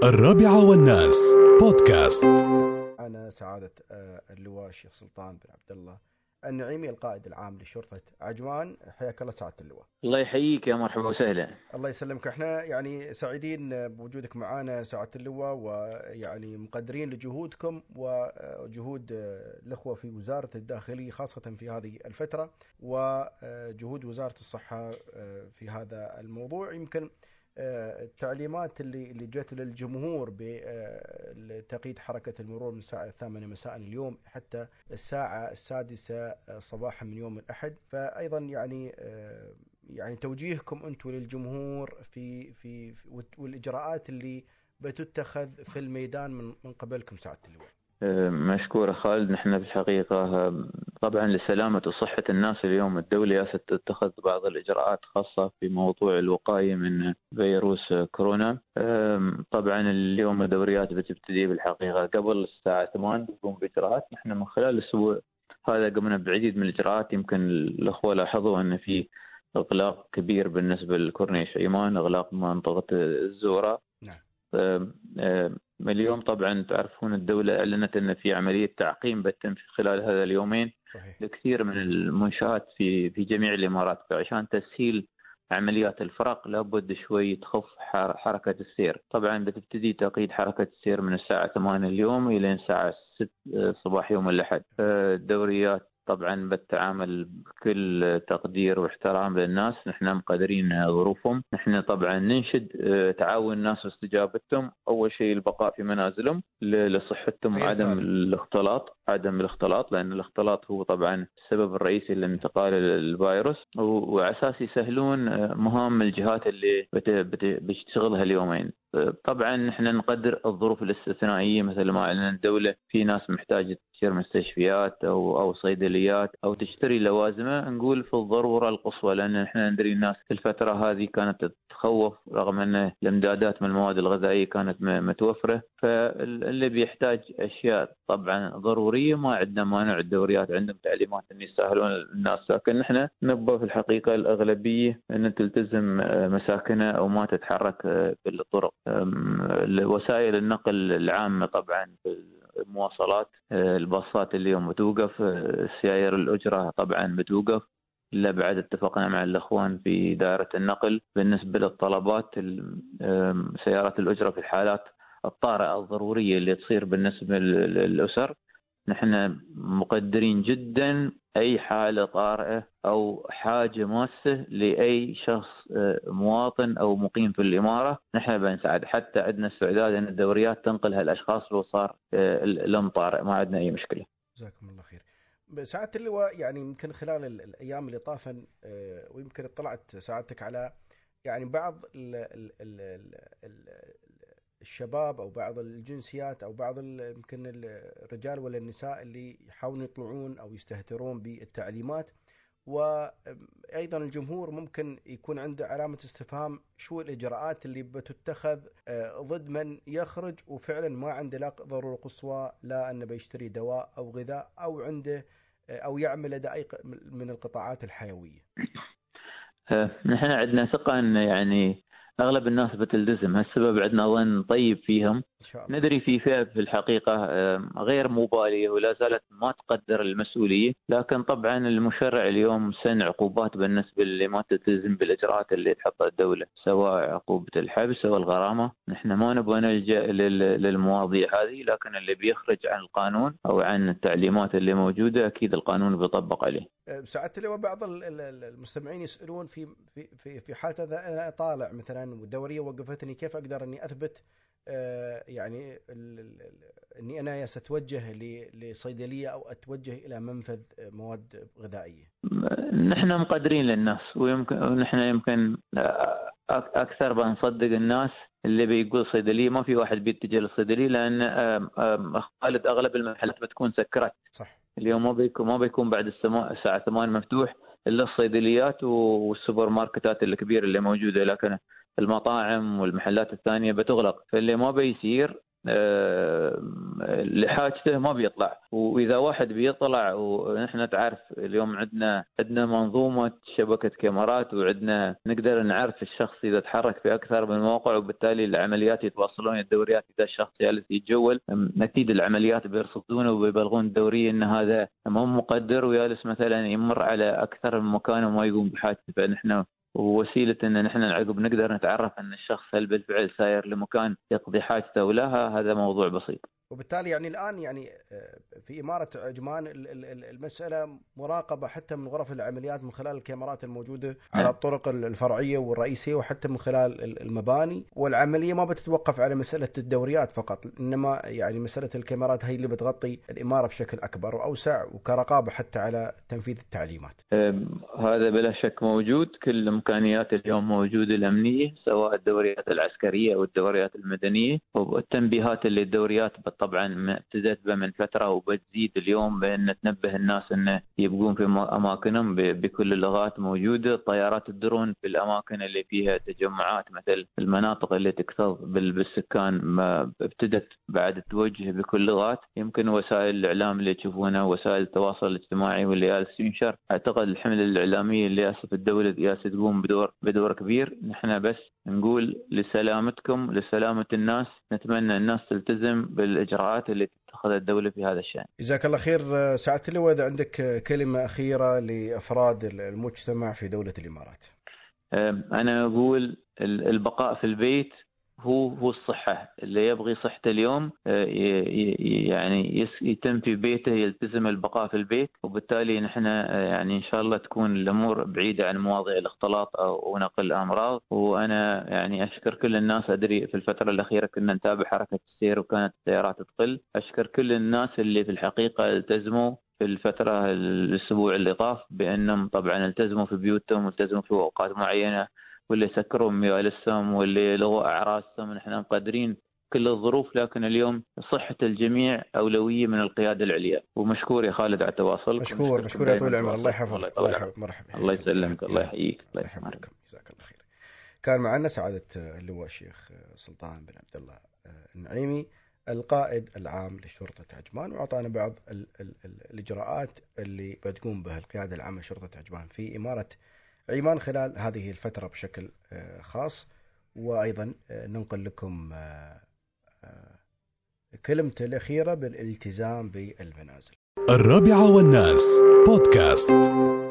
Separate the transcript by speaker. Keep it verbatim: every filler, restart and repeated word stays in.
Speaker 1: الرابعة والناس بودكاست.
Speaker 2: أنا سعادة اللواء الشيخ سلطان بن عبد الله النعيمي القائد العام لشرطة عجمان. حياك الله سعادة اللواء.
Speaker 3: الله يحييك يا مرحبا وسهلا.
Speaker 2: الله يسلمك. احنا يعني سعيدين بوجودك معنا سعادة اللواء، ويعني مقدرين لجهودكم وجهود الأخوة في وزارة الداخلية خاصة في هذه الفترة، وجهود وزارة الصحة في هذا الموضوع. يمكن التعليمات اللي اللي جت للجمهور بتقييد حركة المرور من الساعة الثامنة مساء اليوم حتى الساعة السادسة صباحا من يوم الأحد، فأيضا يعني يعني توجيهكم أنتم للجمهور في في والإجراءات اللي بتتخذ في الميدان من من قبلكم سعادة اللواء.
Speaker 3: مشكور خالد. نحن بالحقيقة طبعا لسلامة وصحة الناس اليوم الدولة ستتخذ بعض الإجراءات خاصة في موضوع الوقاية من فيروس كورونا. طبعا اليوم الدوريات بتبتدي بالحقيقة قبل الساعة ثمانية تقوم بإجراءات. نحن من خلال الأسبوع هذا قمنا بعديد من الإجراءات. يمكن الأخوة لاحظوا أن في إغلاق كبير بالنسبة للكورنيش عمان، إغلاق منطقة الزورة.
Speaker 2: نعم.
Speaker 3: اليوم طبعا تعرفون الدولة أعلنت أن في عملية تعقيم بتتم في خلال هذا اليومين
Speaker 2: صحيح.
Speaker 3: لكثير من المنشآت في في جميع الإمارات، فعشان تسهيل عمليات الفرق لابد شوي تخف حركة السير. طبعا بتبتدي تقييد حركة السير من الساعة ثمانية اليوم إلى الساعة ستة صباح يوم الأحد. الدوريات طبعا بالتعامل بكل تقدير واحترام للناس، نحن مقدرين ظروفهم. نحن طبعا ننشد تعاون الناس واستجابتهم. اول شيء البقاء في منازلهم لصحتهم وعدم الاختلاط عدم الاختلاط لان الاختلاط هو طبعا السبب الرئيسي لانتقال الفيروس، وعساس يسهلون مهام الجهات اللي بتشتغلها اليومين. طبعا نحن نقدر الظروف الاستثنائيه مثل ما اعلنت الدوله، في ناس محتاجه تشتري مستشفيات او او صيدليات او تشتري لوازمه، نقول في الضروره القصوى، لان نحن ندري الناس في الفتره هذه كانت تتخوف رغم ان الامدادات من المواد الغذائيه كانت متوفره. فاللي بيحتاج اشياء طبعا ضروريه ما عندنا مانع، الدوريات عندهم تعليمات ان يسهلون الناس، لكن نحن نبغى في الحقيقه الاغلبيه ان تلتزم مساكنها او ما تتحرك بالطرق. وسائل النقل العامه طبعا المواصلات، الباصات اليوم بتوقف، سيائر الأجرة طبعا بتوقف، إلا بعد اتفقنا مع الأخوان في دائرة النقل. بالنسبة للطلبات سيارات الأجرة في الحالات الطارئة الضرورية اللي تصير بالنسبة للأسر، نحن مقدرين جدا أي حالة طارئة أو حاجة ماسة لأي شخص مواطن أو مقيم في الإمارة، نحن بنساعد. حتى عندنا استعداد أن الدوريات تنقل هالأشخاص لو صار لهم طارئ، ما عندنا أي مشكلة.
Speaker 2: جزاكم الله خير. سعادة اللواء، يعني يمكن خلال الأيام اللي طافن ويمكن اطلعت سعادتك على يعني بعض ال ال ال ال الشباب أو بعض الجنسيات أو بعض يمكن الرجال ولا النساء اللي يحاولون يطلعون أو يستهترون بالتعليمات، وأيضا الجمهور ممكن يكون عنده علامة استفهام شو الإجراءات اللي بتتخذ ضد من يخرج وفعلا ما عنده لا ضرورة قصوى، لا أنه بيشتري دواء أو غذاء أو عنده أو يعمل لدى أي من القطاعات الحيوية.
Speaker 3: نحن عندنا ثقة أن يعني أغلب الناس بتلتزم، هالسبب عندنا ظن طيب فيهم. ندري في فئة في الحقيقة غير مبالية ولا زالت ما تقدر المسؤولية، لكن طبعا المشرع اليوم سن عقوبات بالنسبة اللي ما تلتزم بالإجراءات اللي تحطها الدولة، سواء عقوبة الحبس أو الغرامة. نحن ما نبغى نلجأ للمواضيع هذه، لكن اللي بيخرج عن القانون أو عن التعليمات اللي موجودة أكيد القانون بيطبق عليه.
Speaker 2: سعادة اللواء، بعض المستمعين يسألون في في في حالة إذا أنا طالع مثلا والدورية وقفتني، كيف أقدر إني أثبت آه يعني إني أنا ستوجه لصيدلية أو أتوجه إلى منفذ مواد غذائية؟
Speaker 3: نحن مقدرين للناس، ويمكن ونحن يمكن أكثر بنصدق الناس اللي بيقول صيدلية. ما في واحد بيتجه للصيدلية، لأن خالد أغلب المحلات بتكون سكرت.
Speaker 2: صح.
Speaker 3: اليوم ما بيكون ما بيكون بعد الساعة ثمانية مفتوح إلا الصيدليات والسوبر ماركتات الكبيرة اللي موجودة، لكن المطاعم والمحلات الثانية بتغلق. فاللي ما بيصير لحاجته ما بيطلع. وإذا واحد بيطلع، ونحن تعرف اليوم عندنا عندنا منظومة شبكة كاميرات، وعندنا نقدر نعرف الشخص إذا تحرك في أكثر من موقع، وبالتالي العمليات يتواصلون الدوريات. إذا الشخص جالس يتجول أكيد العمليات بيرصدونه وبيبلغون الدورية إن هذا مو مقدر ويالس مثلا يمر على أكثر من مكان وما يقوم بحاجته. فنحن ووسيلة أن نحن عقب نقدر نتعرف أن الشخص هل بالفعل ساير لمكان يقضي حاجته ولا، هذا موضوع بسيط.
Speaker 2: وبالتالي يعني الآن يعني في إمارة عجمان المسألة مراقبة حتى من غرف العمليات من خلال الكاميرات الموجودة على الطرق الفرعية والرئيسية، وحتى من خلال المباني. والعملية ما بتتوقف على مسألة الدوريات فقط، إنما يعني مسألة الكاميرات هي اللي بتغطي الإمارة بشكل أكبر وأوسع، وكرقابة حتى على تنفيذ التعليمات.
Speaker 3: هذا بلا شك موجود. كل الإمكانيات اليوم موجودة الأمنية، سواء الدوريات العسكرية أو الدوريات المدنية. والتنبيهات اللي الدوريات طبعا ابتدت من فترة وبتزيد اليوم، بأن تنبه الناس أنه يبقون في أماكنهم بكل اللغات موجودة. طيارات الدرون في الأماكن اللي فيها تجمعات مثل المناطق اللي تكتظ بالسكان ما ابتدت بعد توجه بكل لغات. يمكن وسائل الإعلام اللي تشوفونها، وسائل التواصل الاجتماعي واللي جالس ينشر، أعتقد الحملة الإعلامية اللي ياسف الدولة جالسة تقوم بدور بدور كبير. نحن بس نقول لسلامتكم لسلامة الناس، نتمنى الناس تلتزم بالإجراءات اللي تتخذها الدولة في هذا الشأن.
Speaker 2: جزاك الله خير سعادة اللواء، إذا عندك كلمة أخيرة لأفراد المجتمع في دولة الإمارات.
Speaker 3: أنا أقول البقاء في البيت هو هو الصحة. اللي يبغي صحته اليوم يعني يتم في بيته، يلتزم البقاء في البيت. وبالتالي نحن يعني إن شاء الله تكون الأمور بعيدة عن مواضيع الاختلاط أو نقل الأمراض. وأنا يعني أشكر كل الناس. أدري في الفترة الأخيرة كنا نتابع حركة السير وكانت السيارات تقل. أشكر كل الناس اللي في الحقيقة التزموا في الفترة الأسبوع اللي طاف، بأنهم طبعا التزموا في بيوتهم والتزموا في أوقات معينة، واللي سكروا ميالسهم واللي لغوا أعراسهم. نحن مقدرين كل الظروف، لكن اليوم صحة الجميع أولوية من القيادة العليا. ومشكور يا خالد على التواصل.
Speaker 2: مشكور مشكور يا طويل العمر. الله يحفظك. الله يحفظك. مرحبا.
Speaker 3: الله يسلمك. الله يحييك.
Speaker 2: الله يحفظك. جزاك الله خير. كان معنا سعادة اللواء الشيخ سلطان بن عبد الله النعيمي، القائد العام لشرطة عجمان، وأعطانا بعض ال ال ال الإجراءات اللي بتقوم بها القيادة العامة لشرطة عجمان في إمارة عجمان خلال هذه الفترة بشكل خاص. وأيضا ننقل لكم كلمته الأخيرة بالالتزام بالمنازل.
Speaker 1: الرابعة والناس بودكاست.